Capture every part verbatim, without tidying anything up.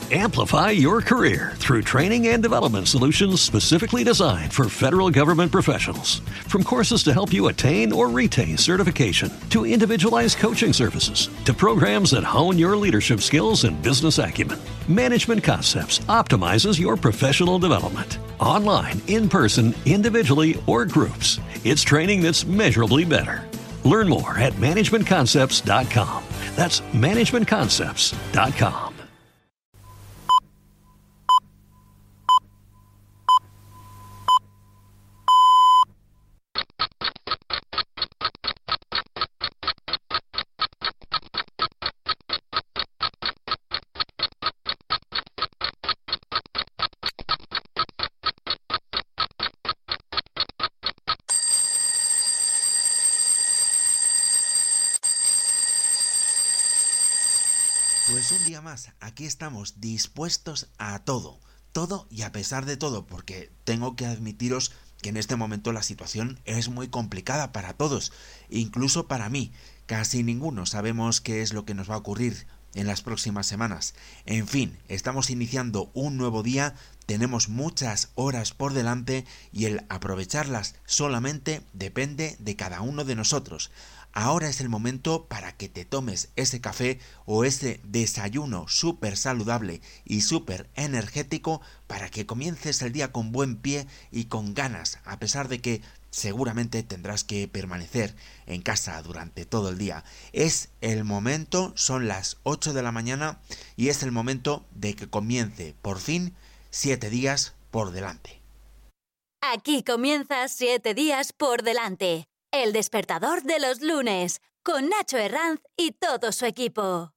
Amplify your career through training and development solutions specifically designed for federal government professionals. From courses to help you attain or retain certification, to individualized coaching services, to programs that hone your leadership skills and business acumen, Management Concepts optimizes your professional development. Online, in person, individually, or groups, it's training that's measurably better. Learn more at management concepts dot com. That's management concepts dot com. Pues un día más, aquí estamos dispuestos a todo, todo y a pesar de todo, porque tengo que admitiros que en este momento la situación es muy complicada para todos, incluso para mí. Casi ninguno sabemos qué es lo que nos va a ocurrir en las próximas semanas. En fin, estamos iniciando un nuevo día, tenemos muchas horas por delante y el aprovecharlas solamente depende de cada uno de nosotros. Ahora es el momento para que te tomes ese café o ese desayuno súper saludable y súper energético para que comiences el día con buen pie y con ganas, a pesar de que seguramente tendrás que permanecer en casa durante todo el día. Es el momento, son las ocho de la mañana y es el momento de que comience por fin siete días por delante. Aquí comienza siete días por delante. El despertador de los lunes, con Nacho Herranz y todo su equipo.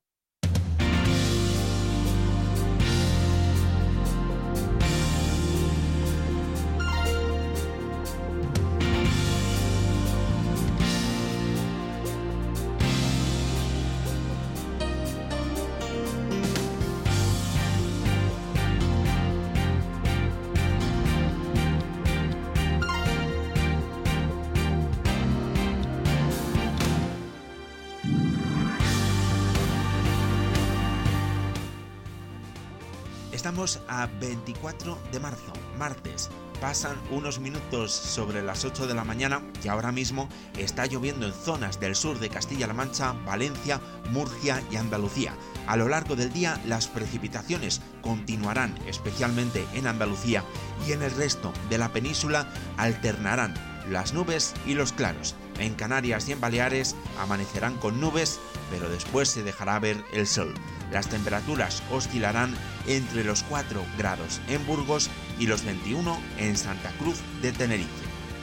Estamos a veinticuatro de marzo, martes. Pasan unos minutos sobre las ocho de la mañana y ahora mismo está lloviendo en zonas del sur de Castilla-La Mancha, Valencia, Murcia y Andalucía. A lo largo del día las precipitaciones continuarán, especialmente en Andalucía, y en el resto de la península alternarán las nubes y los claros. En Canarias y en Baleares amanecerán con nubes, pero después se dejará ver el sol. Las temperaturas oscilarán entre los cuatro grados en Burgos y los veintiuno en Santa Cruz de Tenerife.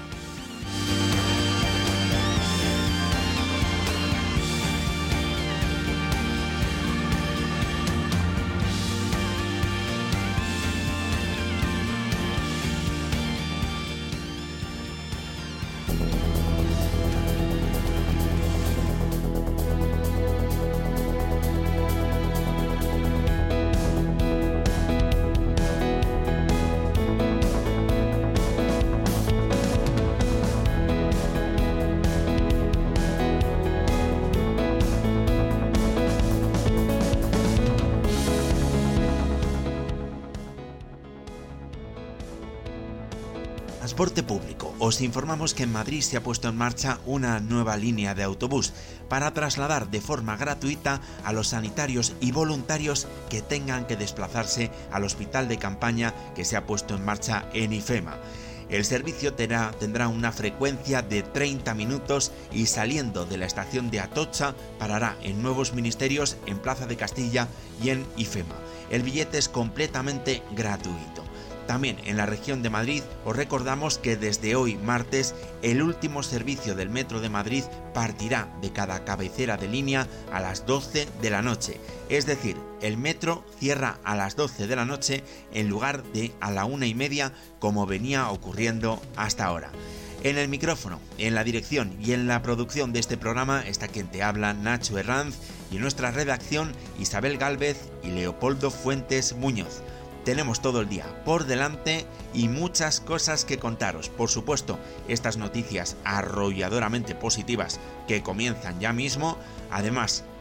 Transporte público. Os informamos que en Madrid se ha puesto en marcha una nueva línea de autobús para trasladar de forma gratuita a los sanitarios y voluntarios que tengan que desplazarse al hospital de campaña que se ha puesto en marcha en IFEMA. El servicio tendrá, tendrá una frecuencia de treinta minutos y saliendo de la estación de Atocha parará en Nuevos Ministerios, en Plaza de Castilla y en IFEMA. El billete es completamente gratuito. También en la región de Madrid os recordamos que desde hoy martes el último servicio del Metro de Madrid partirá de cada cabecera de línea a las doce de la noche. Es decir, el metro cierra a las doce de la noche en lugar de a la una y media como venía ocurriendo hasta ahora. En el micrófono, en la dirección y en la producción de este programa está quien te habla, Nacho Herranz, y en nuestra redacción Isabel Gálvez y Leopoldo Fuentes Muñoz. Tenemos todo el día por delante y muchas cosas que contaros. Por supuesto, estas noticias arrolladoramente positivas que comienzan ya mismo. Además,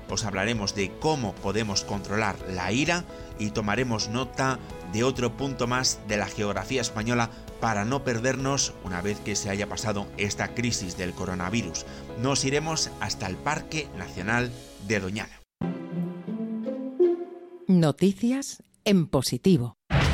os hablaremos de cómo podemos controlar la ira y tomaremos nota de otro punto más de la geografía española para no perdernos una vez que se haya pasado esta crisis del coronavirus. Nos iremos hasta el Parque Nacional de Doñana. Noticias en positivo.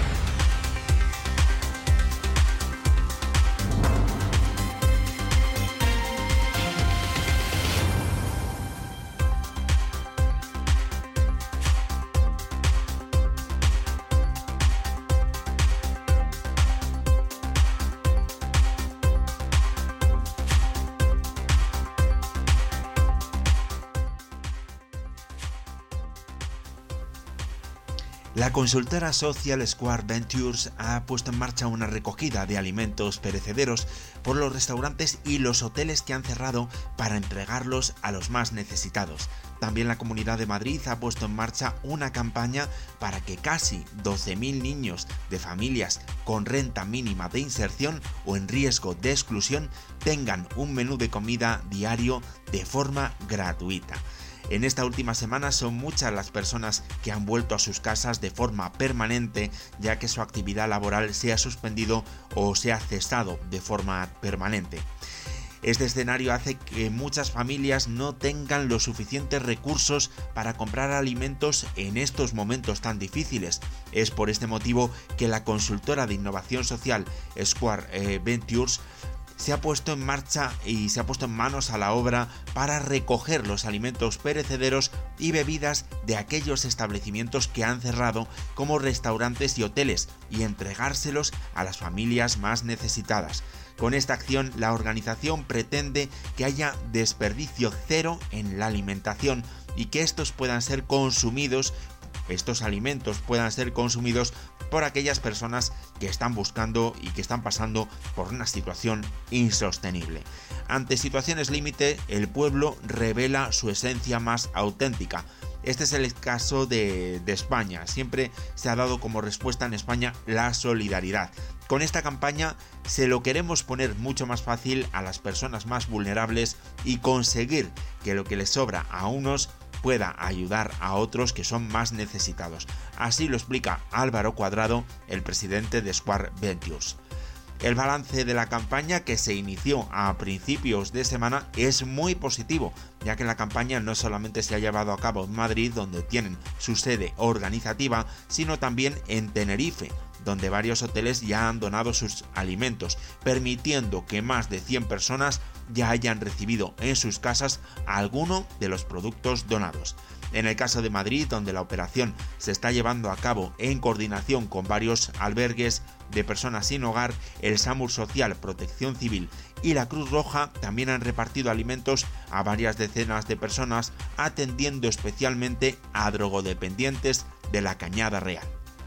La consultora Social Square Ventures ha puesto en marcha una recogida de alimentos perecederos por los restaurantes y los hoteles que han cerrado para entregarlos a los más necesitados. También la Comunidad de Madrid ha puesto en marcha una campaña para que casi doce mil niños de familias con renta mínima de inserción o en riesgo de exclusión tengan un menú de comida diario de forma gratuita. En esta última semana son muchas las personas que han vuelto a sus casas de forma permanente, ya que su actividad laboral se ha suspendido o se ha cesado de forma permanente. Este escenario hace que muchas familias no tengan los suficientes recursos para comprar alimentos en estos momentos tan difíciles. Es por este motivo que la consultora de innovación social Square eh, Ventures se ha puesto en marcha y se ha puesto en manos a la obra para recoger los alimentos perecederos y bebidas de aquellos establecimientos que han cerrado, como restaurantes y hoteles, y entregárselos a las familias más necesitadas. Con esta acción, la organización pretende que haya desperdicio cero en la alimentación y que estos puedan ser consumidos estos alimentos puedan ser consumidos por aquellas personas que están buscando y que están pasando por una situación insostenible. Ante situaciones límite, el pueblo revela su esencia más auténtica. Este es el caso de, de España. Siempre se ha dado como respuesta en España la solidaridad. Con esta campaña se lo queremos poner mucho más fácil a las personas más vulnerables y conseguir que lo que les sobra a unos pueda ayudar a otros que son más necesitados. Así lo explica Álvaro Cuadrado, el presidente de Square Ventures. El balance de la campaña, que se inició a principios de semana, es muy positivo, ya que la campaña no solamente se ha llevado a cabo en Madrid, donde tienen su sede organizativa, sino también en Tenerife, donde varios hoteles ya han donado sus alimentos, permitiendo que más de cien personas ya hayan recibido en sus casas alguno de los productos donados. En el caso de Madrid, donde la operación se está llevando a cabo en coordinación con varios albergues de personas sin hogar, el SAMUR Social, Protección Civil y la Cruz Roja también han repartido alimentos a varias decenas de personas, atendiendo especialmente a drogodependientes de la Cañada Real.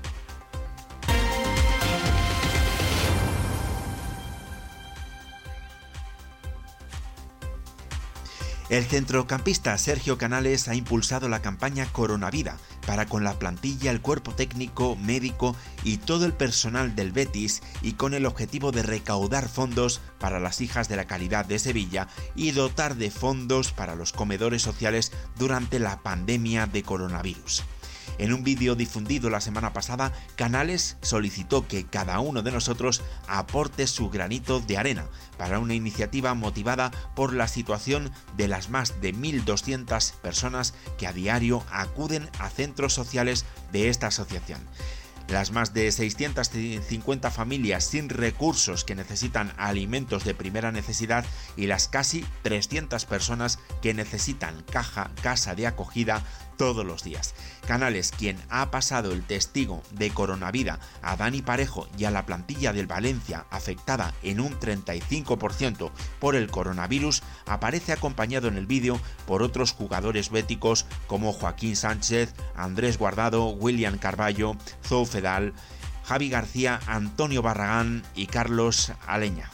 El centrocampista Sergio Canales ha impulsado la campaña Coronavida para, con la plantilla, el cuerpo técnico, médico y todo el personal del Betis, y con el objetivo de recaudar fondos para las Hijas de la Caridad de Sevilla y dotar de fondos para los comedores sociales durante la pandemia de coronavirus. En un vídeo difundido la semana pasada, Canales solicitó que cada uno de nosotros aporte su granito de arena para una iniciativa motivada por la situación de las más de mil doscientas personas que a diario acuden a centros sociales de esta asociación. Las más de seiscientas cincuenta familias sin recursos que necesitan alimentos de primera necesidad y las casi trescientas personas que necesitan caja, casa de acogida todos los días. Canales, quien ha pasado el testigo de Coronavida a Dani Parejo y a la plantilla del Valencia, afectada en un treinta y cinco por ciento por el coronavirus, aparece acompañado en el vídeo por otros jugadores béticos como Joaquín Sánchez, Andrés Guardado, William Carballo, Zou Fedal, Javi García, Antonio Barragán y Carlos Aleña.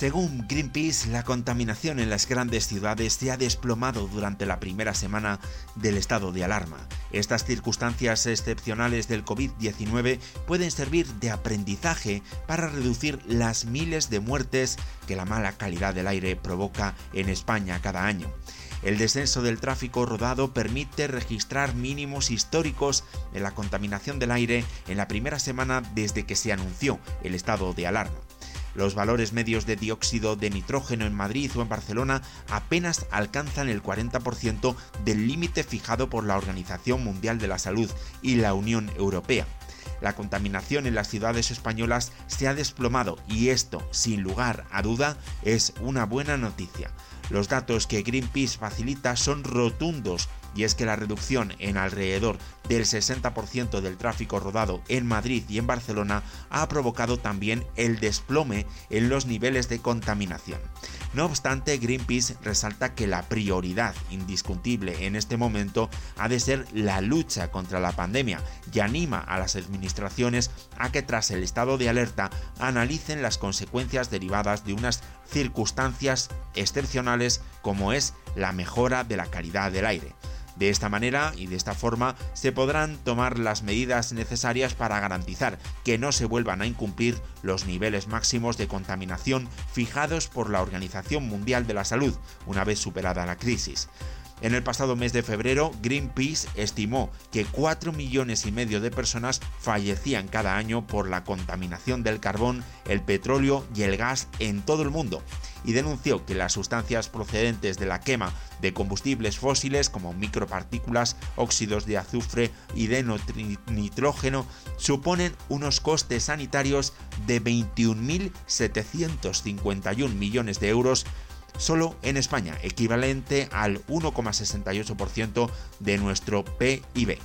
Según Greenpeace, la contaminación en las grandes ciudades se ha desplomado durante la primera semana del estado de alarma. Estas circunstancias excepcionales del covid diecinueve pueden servir de aprendizaje para reducir las miles de muertes que la mala calidad del aire provoca en España cada año. El descenso del tráfico rodado permite registrar mínimos históricos en la contaminación del aire en la primera semana desde que se anunció el estado de alarma. Los valores medios de dióxido de nitrógeno en Madrid o en Barcelona apenas alcanzan el cuarenta por ciento del límite fijado por la Organización Mundial de la Salud y la Unión Europea. La contaminación en las ciudades españolas se ha desplomado y esto, sin lugar a duda, es una buena noticia. Los datos que Greenpeace facilita son rotundos y es que la reducción en alrededor del sesenta por ciento del tráfico rodado en Madrid y en Barcelona ha provocado también el desplome en los niveles de contaminación. No obstante, Greenpeace resalta que la prioridad indiscutible en este momento ha de ser la lucha contra la pandemia y anima a las administraciones a que tras el estado de alerta analicen las consecuencias derivadas de unas circunstancias excepcionales como es la mejora de la calidad del aire. De esta manera y de esta forma se podrán tomar las medidas necesarias para garantizar que no se vuelvan a incumplir los niveles máximos de contaminación fijados por la Organización Mundial de la Salud una vez superada la crisis. En el pasado mes de febrero, Greenpeace estimó que cuatro millones y medio de personas fallecían cada año por la contaminación del carbón, el petróleo y el gas en todo el mundo, y denunció que las sustancias procedentes de la quema de combustibles fósiles como micropartículas, óxidos de azufre y de nitrógeno suponen unos costes sanitarios de veintiún mil setecientos cincuenta y uno millones de euros solo en España, equivalente al uno coma sesenta y ocho por ciento de nuestro P I B.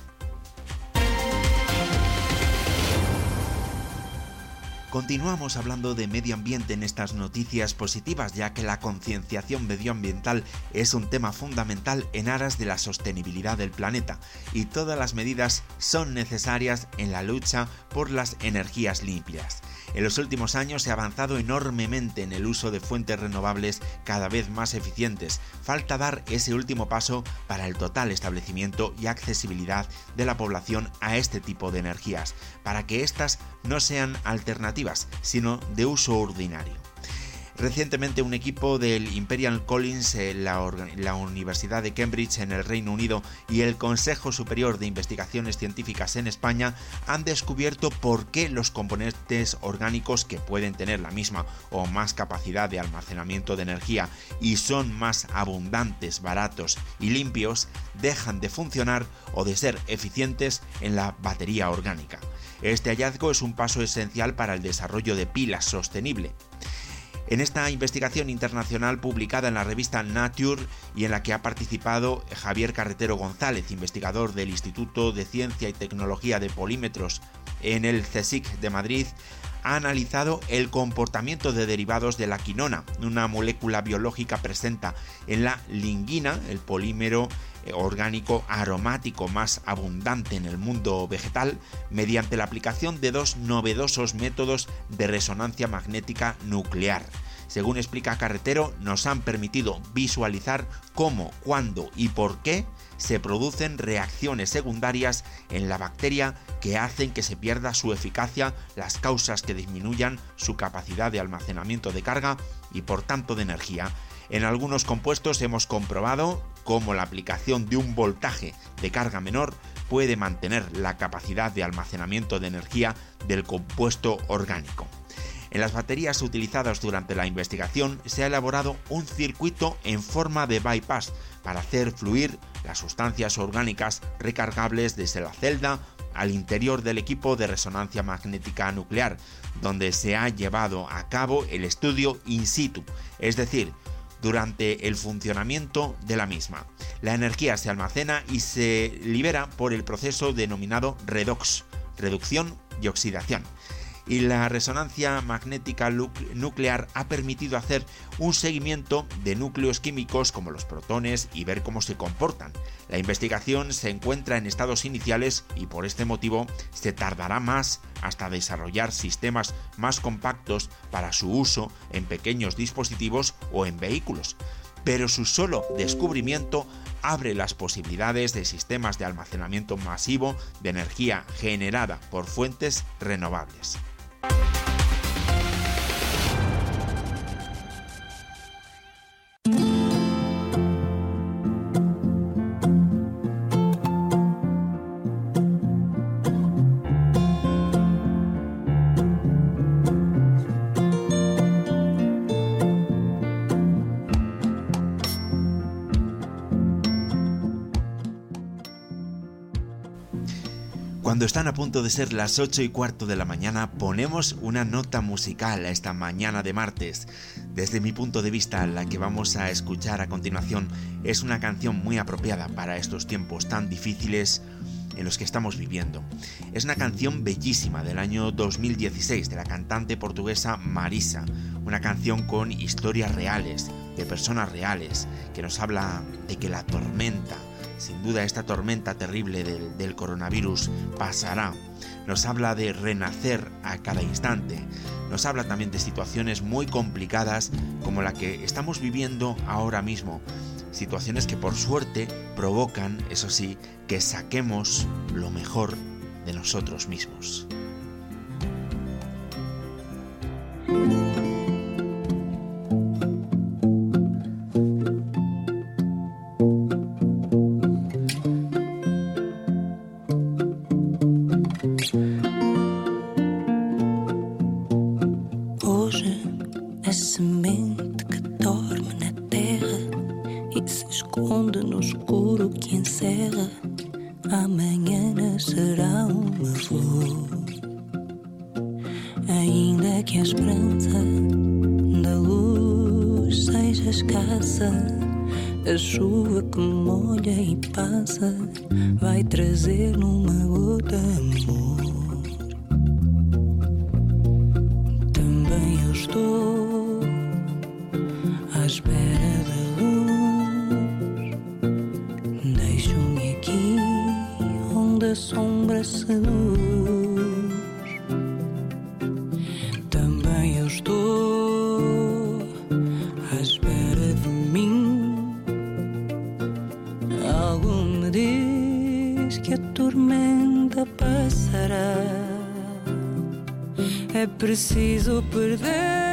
Continuamos hablando de medio ambiente en estas noticias positivas, ya que la concienciación medioambiental es un tema fundamental en aras de la sostenibilidad del planeta y todas las medidas son necesarias en la lucha por las energías limpias. En los últimos años se ha avanzado enormemente en el uso de fuentes renovables cada vez más eficientes. Falta dar ese último paso para el total establecimiento y accesibilidad de la población a este tipo de energías, para que éstas no sean alternativas, sino de uso ordinario. Recientemente un equipo del Imperial College, la, la Universidad de Cambridge en el Reino Unido y el Consejo Superior de Investigaciones Científicas en España han descubierto por qué los componentes orgánicos que pueden tener la misma o más capacidad de almacenamiento de energía y son más abundantes, baratos y limpios, dejan de funcionar o de ser eficientes en la batería orgánica. Este hallazgo es un paso esencial para el desarrollo de pilas sostenible. En esta investigación internacional publicada en la revista Nature y en la que ha participado Javier Carretero González, investigador del Instituto de Ciencia y Tecnología de Polímetros en el CSIC de Madrid, ha analizado el comportamiento de derivados de la quinona, una molécula biológica presente en la lignina, el polímero orgánico aromático más abundante en el mundo vegetal, mediante la aplicación de dos novedosos métodos de resonancia magnética nuclear. Según explica Carretero, nos han permitido visualizar cómo, cuándo y por qué se producen reacciones secundarias en la bacteria que hacen que se pierda su eficacia, las causas que disminuyan su capacidad de almacenamiento de carga y por tanto de energía. En algunos compuestos hemos comprobado cómo la aplicación de un voltaje de carga menor puede mantener la capacidad de almacenamiento de energía del compuesto orgánico. En las baterías utilizadas durante la investigación se ha elaborado un circuito en forma de bypass para hacer fluir las sustancias orgánicas recargables desde la celda al interior del equipo de resonancia magnética nuclear, donde se ha llevado a cabo el estudio in situ, es decir, durante el funcionamiento de la misma. La energía se almacena y se libera por el proceso denominado redox, reducción y oxidación. y la resonancia magnética nuclear ha permitido hacer un seguimiento de núcleos químicos como los protones y ver cómo se comportan. La investigación se encuentra en estados iniciales y por este motivo se tardará más hasta desarrollar sistemas más compactos para su uso en pequeños dispositivos o en vehículos. Pero su solo descubrimiento abre las posibilidades de sistemas de almacenamiento masivo de energía generada por fuentes renovables. Cuando están a punto de ser las ocho y cuarto de la mañana, ponemos una nota musical a esta mañana de martes. Desde mi punto de vista, la que vamos a escuchar a continuación es una canción muy apropiada para estos tiempos tan difíciles en los que estamos viviendo. Es una canción bellísima del año dos mil dieciséis de la cantante portuguesa Marisa, una canción con historias reales, de personas reales, que nos habla de que la tormenta, sin duda esta tormenta terrible del, del coronavirus pasará. Nos habla de renacer a cada instante. Nos habla también de situaciones muy complicadas como la que estamos viviendo ahora mismo. Situaciones que por suerte provocan, eso sí, que saquemos lo mejor de nosotros mismos. A chuva que molha e passa vai trazer numa gota amor. Também eu estou à espera da luz. Deixo-me aqui onde a sombra seduz. Também eu estou à espera de mim. Algo me diz que a tormenta passará. É preciso perder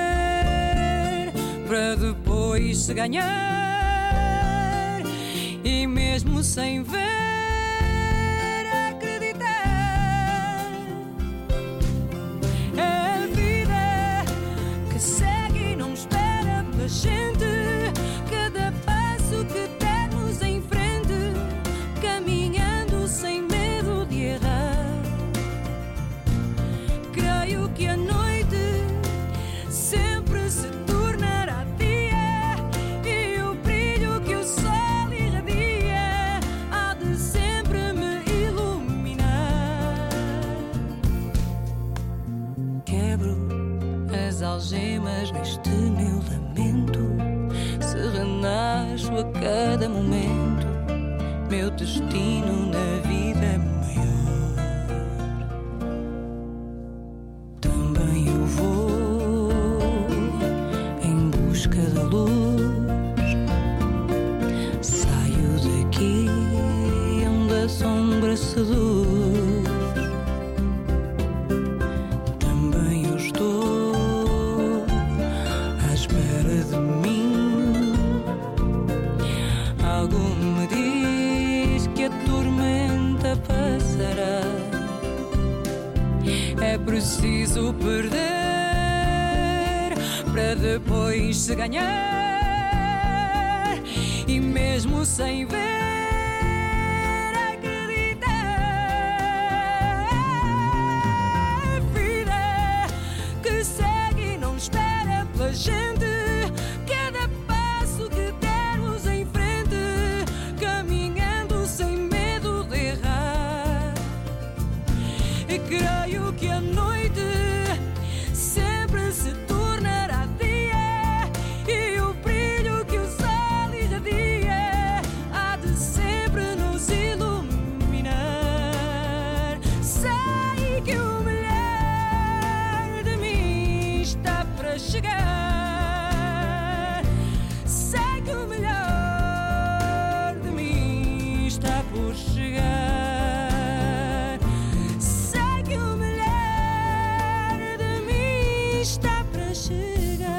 para depois se ganhar. E mesmo sem ver, acreditar. É a vida que segue e não espera pela gente. Cada passo que dermos em frente, caminhando sem medo de errar. Creio que a noite sempre se tornará dia, e o brilho que o sol irradia há de sempre me iluminar. Quebro as algemas neste meu lamento, se renasço a cada momento, meu destino na vida é maior. Também eu vou em busca da luz. Saio daqui onde a sombra seduz. Também eu estou à espera de mim. Algo me diz que a tormenta passará. É preciso perder para depois se ganhar. E mesmo sem ver, acreditar. A vida que segue e não espera pela gente. Cada passo que dermos em frente, caminhando sem medo de errar. E creio que a noite chegar. Sei que o melhor de mim está para chegar.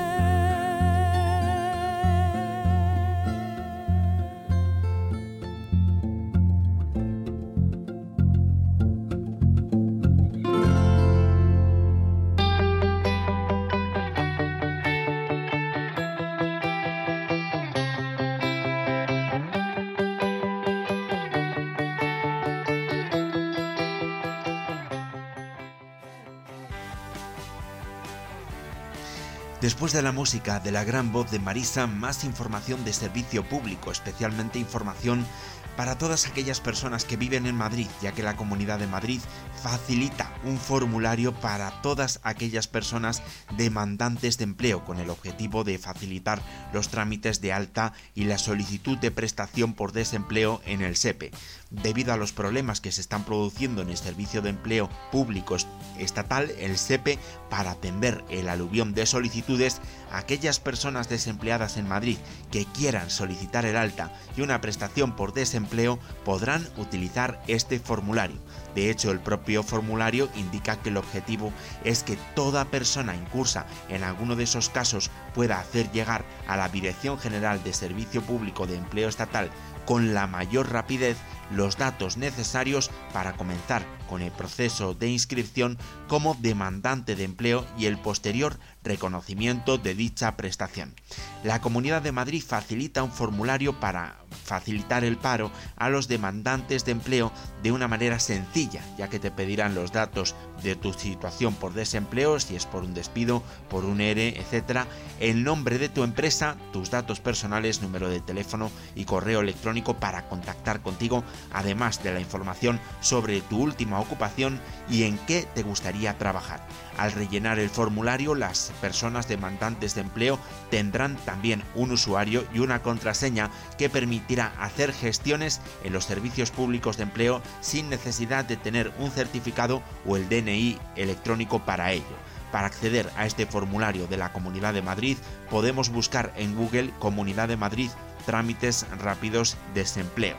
Después de la música de la gran voz de Marisa, más información de servicio público, especialmente información para todas aquellas personas que viven en Madrid, ya que la Comunidad de Madrid facilita un formulario para todas aquellas personas demandantes de empleo, con el objetivo de facilitar los trámites de alta y la solicitud de prestación por desempleo en el S E P E. Debido a los problemas que se están produciendo en el Servicio de Empleo Público Estatal, el S E P E, para atender el aluvión de solicitudes, aquellas personas desempleadas en Madrid que quieran solicitar el alta y una prestación por desempleo podrán utilizar este formulario. De hecho, el propio formulario indica que el objetivo es que toda persona incursa en alguno de esos casos pueda hacer llegar a la Dirección General de Servicio Público de Empleo Estatal con la mayor rapidez los datos necesarios para comenzar con el proceso de inscripción como demandante de empleo y el posterior reconocimiento de dicha prestación. La Comunidad de Madrid facilita un formulario para facilitar el paro a los demandantes de empleo de una manera sencilla, ya que te pedirán los datos de tu situación por desempleo, si es por un despido, por un E R E, etcétera, el nombre de tu empresa, tus datos personales, número de teléfono y correo electrónico para contactar contigo, además de la información sobre tu última ocupación y en qué te gustaría trabajar. Al rellenar el formulario, las personas demandantes de empleo tendrán también un usuario y una contraseña que permitirá hacer gestiones en los servicios públicos de empleo sin necesidad de tener un certificado o el D N I electrónico para ello. Para acceder a este formulario de la Comunidad de Madrid, podemos buscar en Google Comunidad de Madrid Trámites Rápidos Desempleo.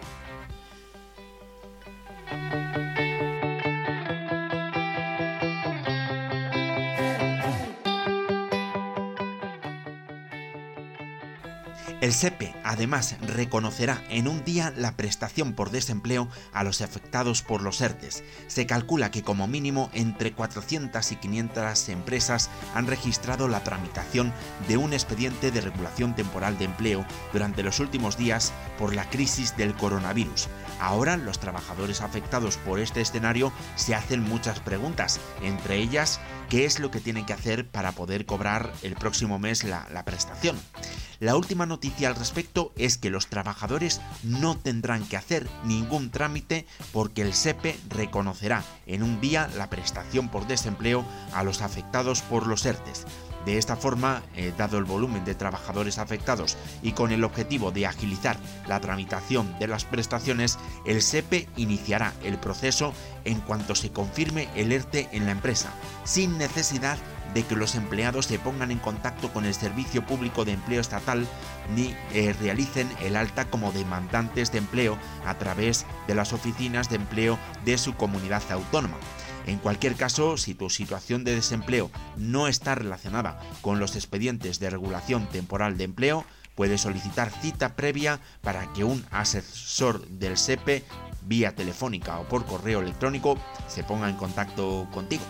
El S E P E además reconocerá en un día la prestación por desempleo a los afectados por los ERTES. Se calcula que como mínimo entre cuatrocientas y quinientas empresas han registrado la tramitación de un expediente de regulación temporal de empleo durante los últimos días por la crisis del coronavirus. Ahora los trabajadores afectados por este escenario se hacen muchas preguntas, entre ellas, ¿qué es lo que tienen que hacer para poder cobrar el próximo mes la, la prestación? La última noticia al respecto es que los trabajadores no tendrán que hacer ningún trámite porque el S E P E reconocerá en un día la prestación por desempleo a los afectados por los ERTES. De esta forma, eh, dado el volumen de trabajadores afectados y con el objetivo de agilizar la tramitación de las prestaciones, el S E P E iniciará el proceso en cuanto se confirme el ERTE en la empresa, sin necesidad de que los empleados se pongan en contacto con el Servicio Público de Empleo Estatal ni eh, realicen el alta como demandantes de empleo a través de las oficinas de empleo de su comunidad autónoma. En cualquier caso, si tu situación de desempleo no está relacionada con los expedientes de regulación temporal de empleo, puedes solicitar cita previa para que un asesor del S E P E, vía telefónica o por correo electrónico, se ponga en contacto contigo.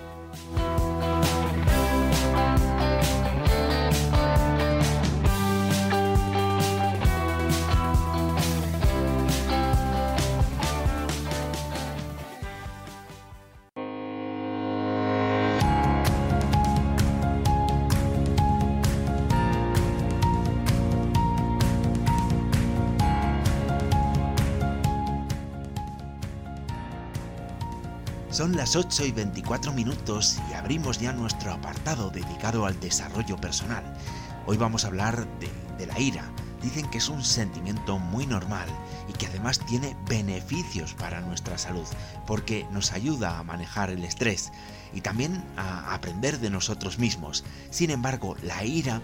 Son las ocho y veinticuatro minutos y abrimos ya nuestro apartado dedicado al desarrollo personal. Hoy vamos a hablar de, de la ira. Dicen que es un sentimiento muy normal y que además tiene beneficios para nuestra salud, porque nos ayuda a manejar el estrés y también a aprender de nosotros mismos. Sin embargo, la ira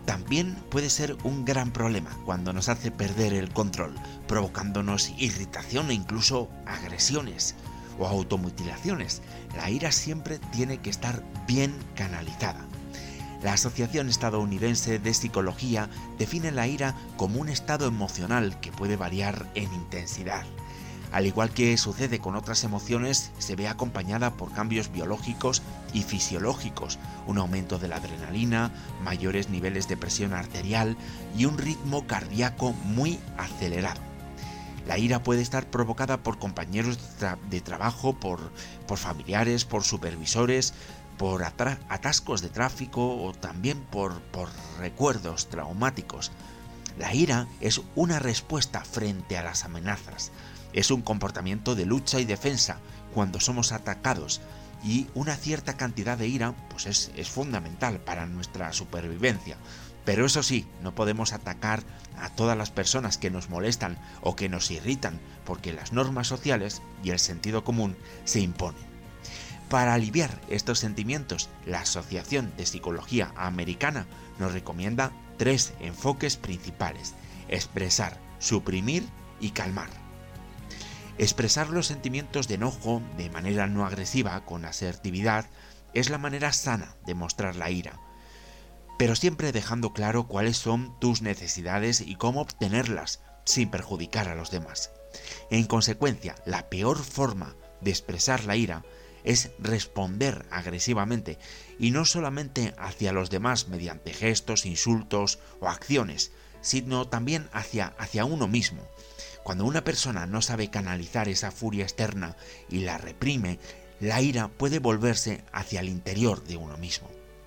también puede ser un gran problema cuando nos hace perder el control, provocándonos irritación e incluso agresiones o automutilaciones. La ira siempre tiene que estar bien canalizada. La Asociación Estadounidense de Psicología define la ira como un estado emocional que puede variar en intensidad. Al igual que sucede con otras emociones, se ve acompañada por cambios biológicos y fisiológicos, un aumento de la adrenalina, mayores niveles de presión arterial y un ritmo cardíaco muy acelerado. La ira puede estar provocada por compañeros de, tra- de trabajo, por, por familiares, por supervisores, por atra- atascos de tráfico o también por, por recuerdos traumáticos. La ira es una respuesta frente a las amenazas. Es un comportamiento de lucha y defensa cuando somos atacados, y una cierta cantidad de ira pues es, es fundamental para nuestra supervivencia. Pero eso sí, no podemos atacar a todas las personas que nos molestan o que nos irritan, porque las normas sociales y el sentido común se imponen. Para aliviar estos sentimientos, la Asociación de Psicología Americana nos recomienda tres enfoques principales: expresar, suprimir y calmar. Expresar los sentimientos de enojo de manera no agresiva, con asertividad, es la manera sana de mostrar la ira, pero siempre dejando claro cuáles son tus necesidades y cómo obtenerlas sin perjudicar a los demás. En consecuencia, la peor forma de expresar la ira es responder agresivamente, y no solamente hacia los demás mediante gestos, insultos o acciones, sino también hacia, hacia uno mismo. Cuando una persona no sabe canalizar esa furia externa y la reprime, la ira puede volverse hacia el interior de uno mismo.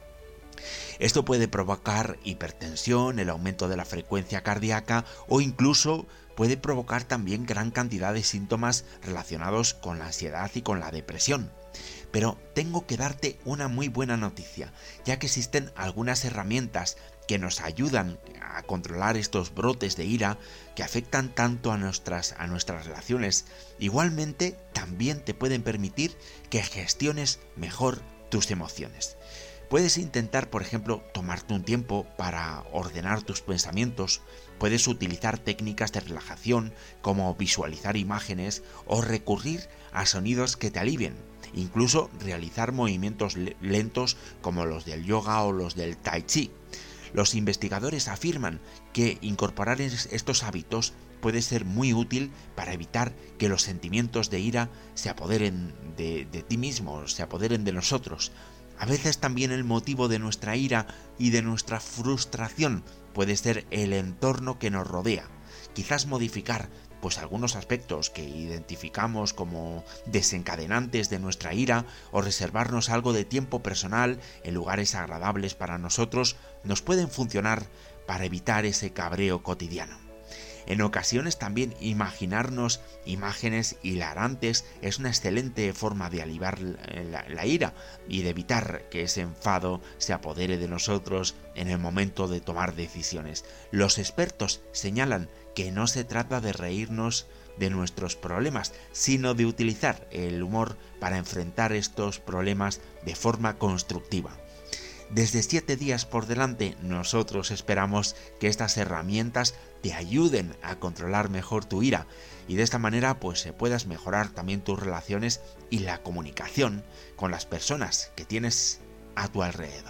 Esto puede provocar hipertensión, el aumento de la frecuencia cardíaca o incluso puede provocar también gran cantidad de síntomas relacionados con la ansiedad y con la depresión. Pero tengo que darte una muy buena noticia, ya que existen algunas herramientas que nos ayudan a controlar estos brotes de ira que afectan tanto a nuestras, a nuestras relaciones. Igualmente, también te pueden permitir que gestiones mejor tus emociones. Puedes intentar, por ejemplo, tomarte un tiempo para ordenar tus pensamientos. Puedes utilizar técnicas de relajación como visualizar imágenes o recurrir a sonidos que te alivien. Incluso realizar movimientos lentos como los del yoga o los del tai chi. Los investigadores afirman que incorporar estos hábitos puede ser muy útil para evitar que los sentimientos de ira se apoderen de, de ti mismo, se apoderen de nosotros. A veces también el motivo de nuestra ira y de nuestra frustración puede ser el entorno que nos rodea. Quizás modificar pues algunos aspectos que identificamos como desencadenantes de nuestra ira o reservarnos algo de tiempo personal en lugares agradables para nosotros nos pueden funcionar para evitar ese cabreo cotidiano. En ocasiones también imaginarnos imágenes hilarantes es una excelente forma de aliviar la, la ira y de evitar que ese enfado se apodere de nosotros en el momento de tomar decisiones. Los expertos señalan que no se trata de reírnos de nuestros problemas, sino de utilizar el humor para enfrentar estos problemas de forma constructiva. Desde siete días por delante, nosotros esperamos que estas herramientas te ayuden a controlar mejor tu ira y de esta manera pues puedas mejorar también tus relaciones y la comunicación con las personas que tienes a tu alrededor.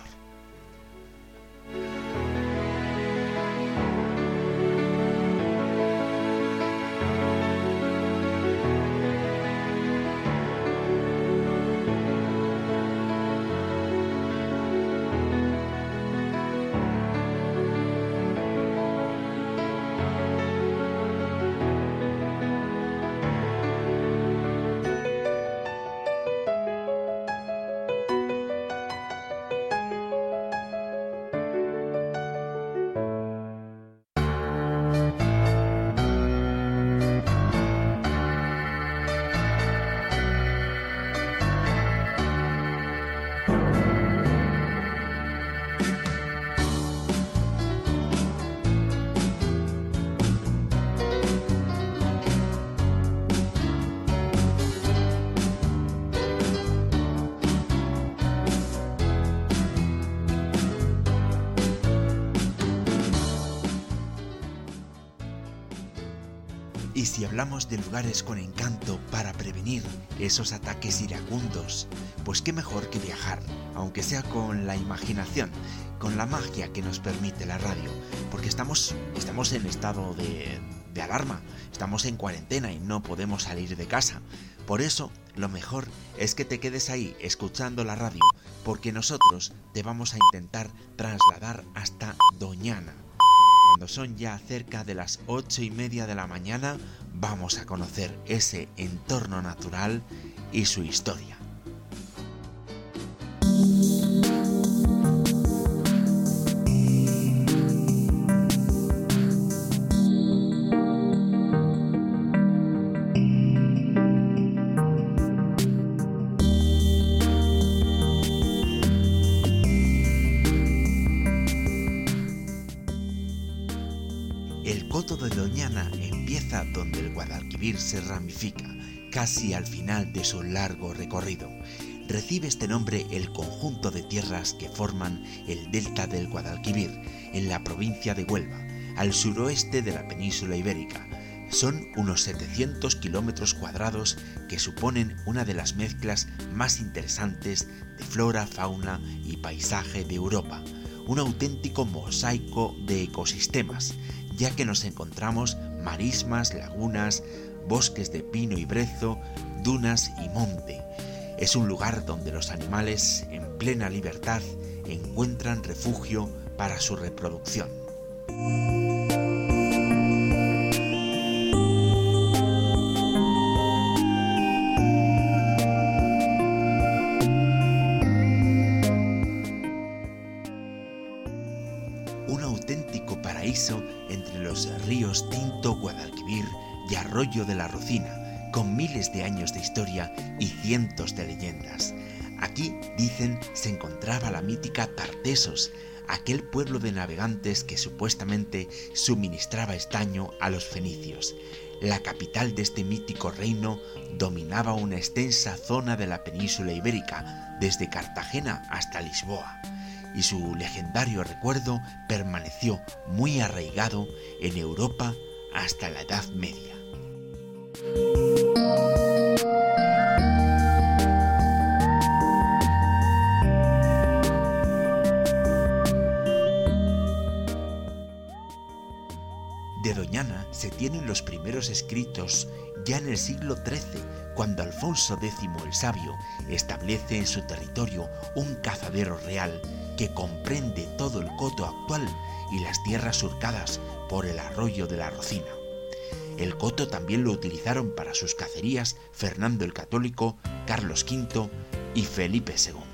Y si hablamos de lugares con encanto para prevenir esos ataques iracundos, pues qué mejor que viajar, aunque sea con la imaginación, con la magia que nos permite la radio, porque estamos, estamos en estado de, de alarma, estamos en cuarentena y no podemos salir de casa. Por eso, lo mejor es que te quedes ahí escuchando la radio, porque nosotros te vamos a intentar trasladar hasta Doñana. Cuando son ya cerca de las ocho y media de la mañana, vamos a conocer ese entorno natural y su historia. El coto de Doñana empieza donde el Guadalquivir se ramifica, casi al final de su largo recorrido. Recibe este nombre el conjunto de tierras que forman el delta del Guadalquivir, en la provincia de Huelva, al suroeste de la península ibérica. Son unos setecientos kilómetros cuadrados que suponen una de las mezclas más interesantes de flora, fauna y paisaje de Europa. Un auténtico mosaico de ecosistemas, ya que nos encontramos marismas, lagunas, bosques de pino y brezo, dunas y monte. Es un lugar donde los animales, en plena libertad, encuentran refugio para su reproducción. Un auténtico paraíso entre los ríos Tinto, Guadalquivir y Arroyo de la Rocina, con miles de años de historia y cientos de leyendas. Aquí, dicen, se encontraba la mítica Tartesos, aquel pueblo de navegantes que supuestamente suministraba estaño a los fenicios. La capital de este mítico reino dominaba una extensa zona de la península ibérica, desde Cartagena hasta Lisboa, y su legendario recuerdo permaneció muy arraigado en Europa hasta la Edad Media. De Doñana se tienen los primeros escritos ya en el siglo trece, cuando Alfonso décimo el Sabio establece en su territorio un cazadero real que comprende todo el coto actual y las tierras surcadas por el Arroyo de la Rocina. El coto también lo utilizaron para sus cacerías Fernando el Católico, Carlos quinto y Felipe segundo.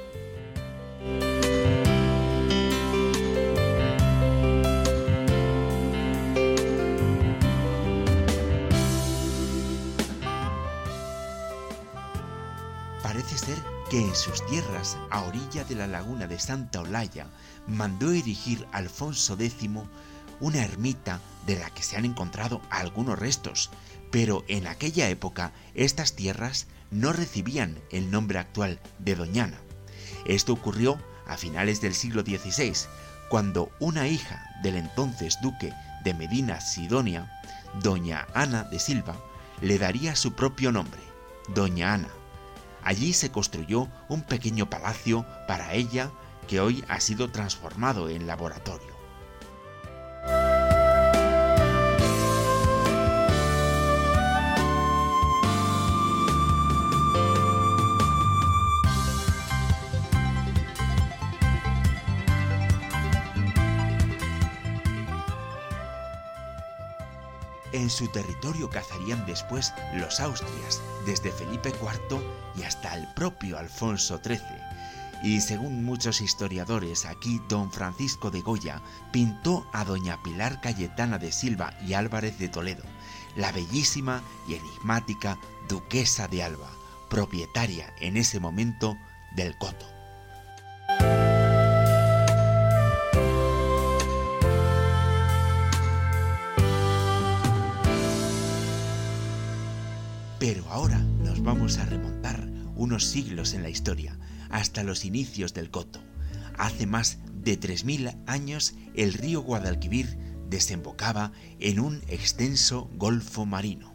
Parece ser que en sus tierras, a orilla de la laguna de Santa Olalla, mandó erigir Alfonso décimo una ermita de la que se han encontrado algunos restos, pero en aquella época estas tierras no recibían el nombre actual de Doñana. Esto ocurrió a finales del siglo dieciséis, cuando una hija del entonces duque de Medina Sidonia, doña Ana de Silva, le daría su propio nombre, Doña Ana. Allí se construyó un pequeño palacio para ella que hoy ha sido transformado en laboratorio. En su territorio cazarían después los Austrias, desde Felipe cuarto y hasta el propio Alfonso trece. Y según muchos historiadores, aquí don Francisco de Goya pintó a doña Pilar Cayetana de Silva y Álvarez de Toledo, la bellísima y enigmática duquesa de Alba, propietaria en ese momento del coto. Pero ahora nos vamos a remontar unos siglos en la historia, hasta los inicios del coto. Hace más de tres mil años el río Guadalquivir desembocaba en un extenso golfo marino.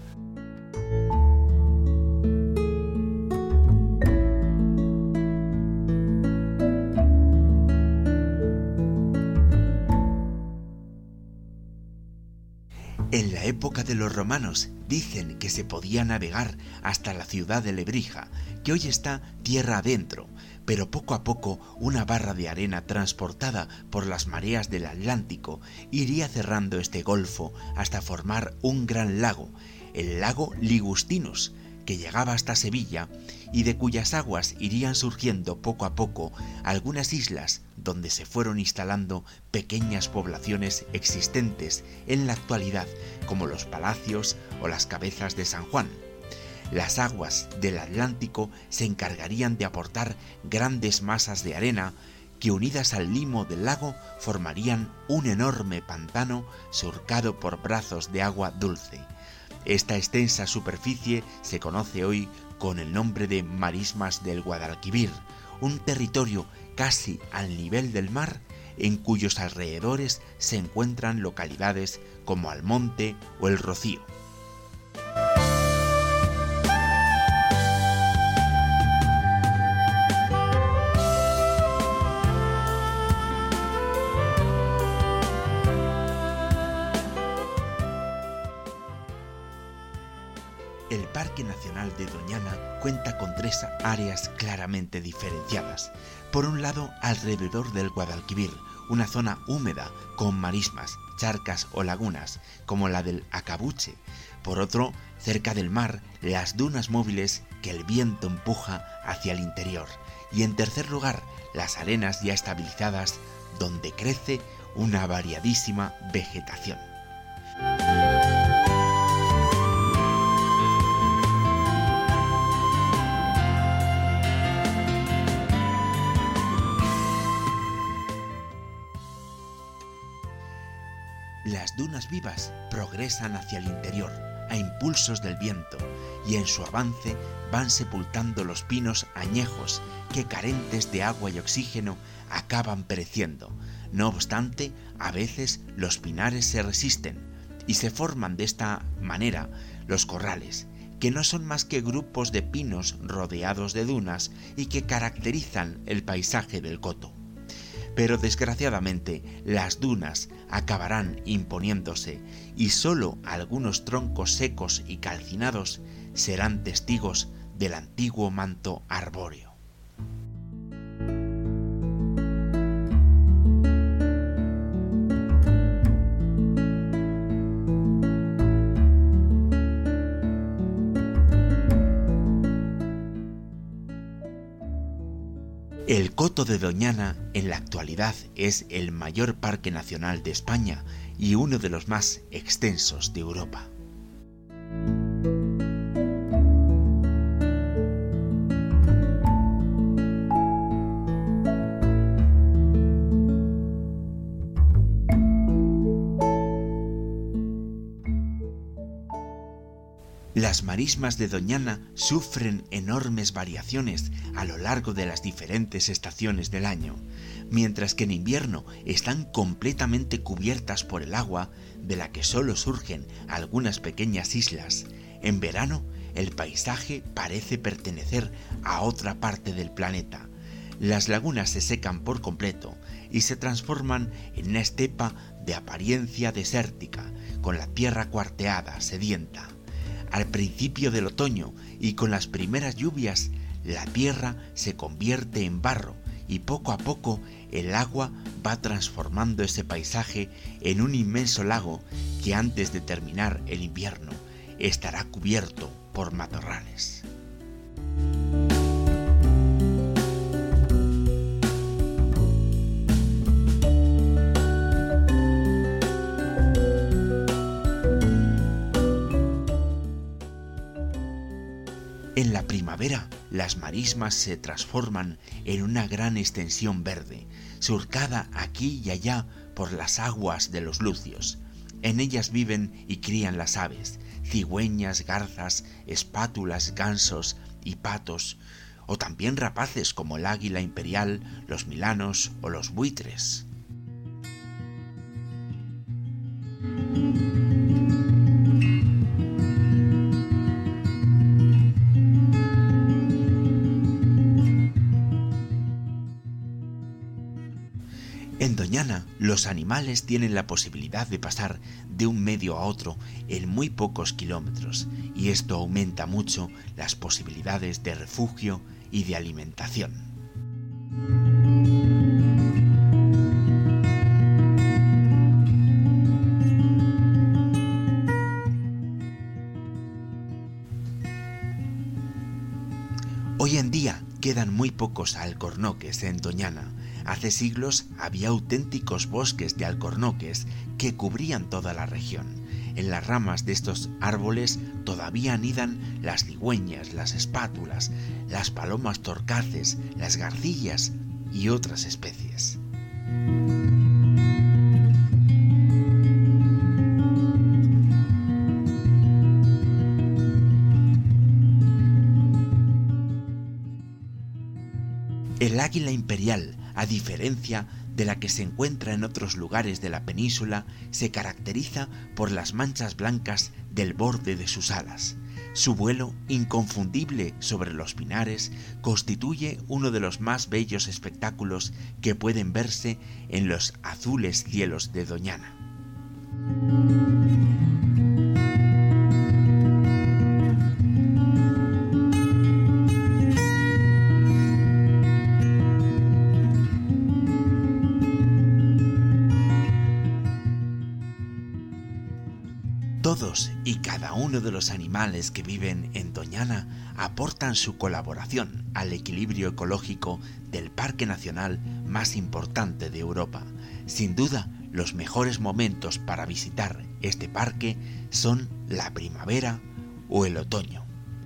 En la época de los romanos dicen que se podía navegar hasta la ciudad de Lebrija, que hoy está tierra adentro, pero poco a poco una barra de arena transportada por las mareas del Atlántico iría cerrando este golfo hasta formar un gran lago, el lago Ligustinus, que llegaba hasta Sevilla y de cuyas aguas irían surgiendo poco a poco algunas islas donde se fueron instalando pequeñas poblaciones existentes en la actualidad, como los Palacios o las Cabezas de San Juan. Las aguas del Atlántico se encargarían de aportar grandes masas de arena que, unidas al limo del lago, formarían un enorme pantano surcado por brazos de agua dulce. Esta extensa superficie se conoce hoy con el nombre de Marismas del Guadalquivir, un territorio casi al nivel del mar en cuyos alrededores se encuentran localidades como Almonte o El Rocío. El Parque Nacional de Doñana cuenta con tres áreas claramente diferenciadas. Por un lado, alrededor del Guadalquivir, una zona húmeda con marismas, charcas o lagunas, como la del Acabuche. Por otro, cerca del mar, las dunas móviles que el viento empuja hacia el interior. Y en tercer lugar, las arenas ya estabilizadas, donde crece una variadísima vegetación. Las dunas vivas progresan hacia el interior a impulsos del viento y en su avance van sepultando los pinos añejos que, carentes de agua y oxígeno, acaban pereciendo. No obstante, a veces los pinares se resisten y se forman de esta manera los corrales, que no son más que grupos de pinos rodeados de dunas y que caracterizan el paisaje del coto. Pero desgraciadamente las dunas acabarán imponiéndose y solo algunos troncos secos y calcinados serán testigos del antiguo manto arbóreo. El Coto de Doñana en la actualidad es el mayor parque nacional de España y uno de los más extensos de Europa. Las marismas de Doñana sufren enormes variaciones a lo largo de las diferentes estaciones del año. Mientras que en invierno están completamente cubiertas por el agua, de la que solo surgen algunas pequeñas islas, en verano el paisaje parece pertenecer a otra parte del planeta. Las lagunas se secan por completo y se transforman en una estepa de apariencia desértica, con la tierra cuarteada, sedienta. Al principio del otoño y con las primeras lluvias, la tierra se convierte en barro y poco a poco el agua va transformando ese paisaje en un inmenso lago que, antes de terminar el invierno, estará cubierto por matorrales. En la primavera, las marismas se transforman en una gran extensión verde, surcada aquí y allá por las aguas de los lucios. En ellas viven y crían las aves, cigüeñas, garzas, espátulas, gansos y patos, o también rapaces como el águila imperial, los milanos o los buitres. En Doñana, los animales tienen la posibilidad de pasar de un medio a otro en muy pocos kilómetros, y esto aumenta mucho las posibilidades de refugio y de alimentación. Hoy en día quedan muy pocos alcornoques en Doñana. Hace siglos había auténticos bosques de alcornoques que cubrían toda la región. En las ramas de estos árboles todavía anidan las cigüeñas, las espátulas, las palomas torcaces, las garcillas y otras especies. El águila imperial, a diferencia de la que se encuentra en otros lugares de la península, se caracteriza por las manchas blancas del borde de sus alas. Su vuelo, inconfundible sobre los pinares, constituye uno de los más bellos espectáculos que pueden verse en los azules cielos de Doñana. Todos y cada uno de los animales que viven en Doñana aportan su colaboración al equilibrio ecológico del parque nacional más importante de Europa. Sin duda, los mejores momentos para visitar este parque son la primavera o el otoño.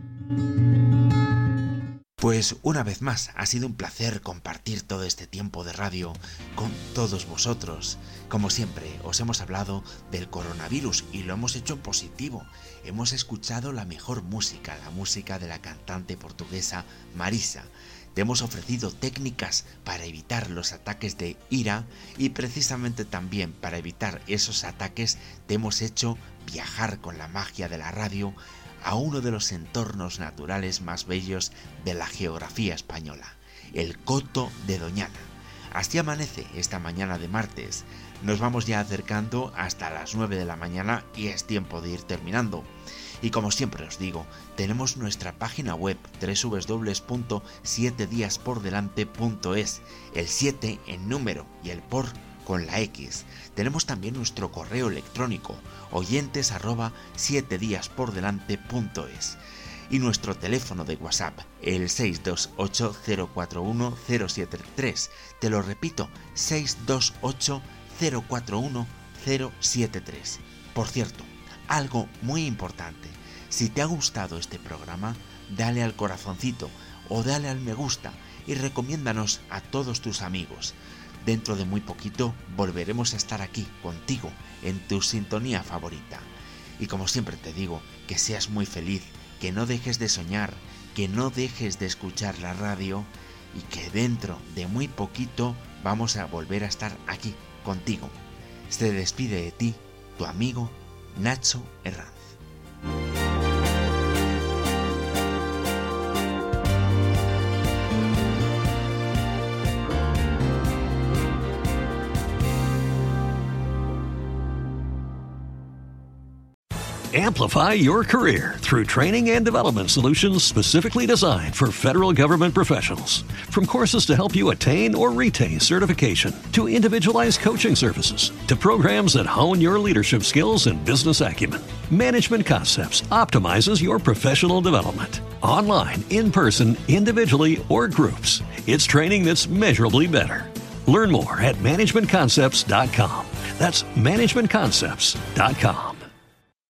Pues una vez más, ha sido un placer compartir todo este tiempo de radio con todos vosotros. Como siempre, os hemos hablado del coronavirus y lo hemos hecho en positivo. Hemos escuchado la mejor música, la música de la cantante portuguesa Marisa. Te hemos ofrecido técnicas para evitar los ataques de ira y precisamente también para evitar esos ataques te hemos hecho viajar con la magia de la radio a uno de los entornos naturales más bellos de la geografía española, el Coto de Doñana. Así amanece esta mañana de martes. Nos vamos ya acercando hasta las nueve de la mañana y es tiempo de ir terminando. Y como siempre os digo, tenemos nuestra página web doble u doble u doble u punto siete días por delante punto es, el siete en número y el por con la X. Tenemos también nuestro correo electrónico oyentes arroba siete días por delante punto es y nuestro teléfono de WhatsApp, el seis dos ocho cero cuatro uno cero siete tres. Te lo repito, seis dos ocho cero cuatro uno cero siete tres. Por cierto, algo muy importante, si te ha gustado este programa, dale al corazoncito o dale al me gusta y recomiéndanos a todos tus amigos. Dentro de muy poquito volveremos a estar aquí contigo en tu sintonía favorita. Y como siempre te digo, que seas muy feliz, que no dejes de soñar, que no dejes de escuchar la radio y que dentro de muy poquito vamos a volver a estar aquí contigo. Se despide de ti tu amigo Nacho Herranz. Amplify your career through training and development solutions specifically designed for federal government professionals. From courses to help you attain or retain certification, to individualized coaching services, to programs that hone your leadership skills and business acumen, Management Concepts optimizes your professional development. Online, in person, individually, or groups, it's training that's measurably better. Learn more at management concepts dot com. That's management concepts dot com.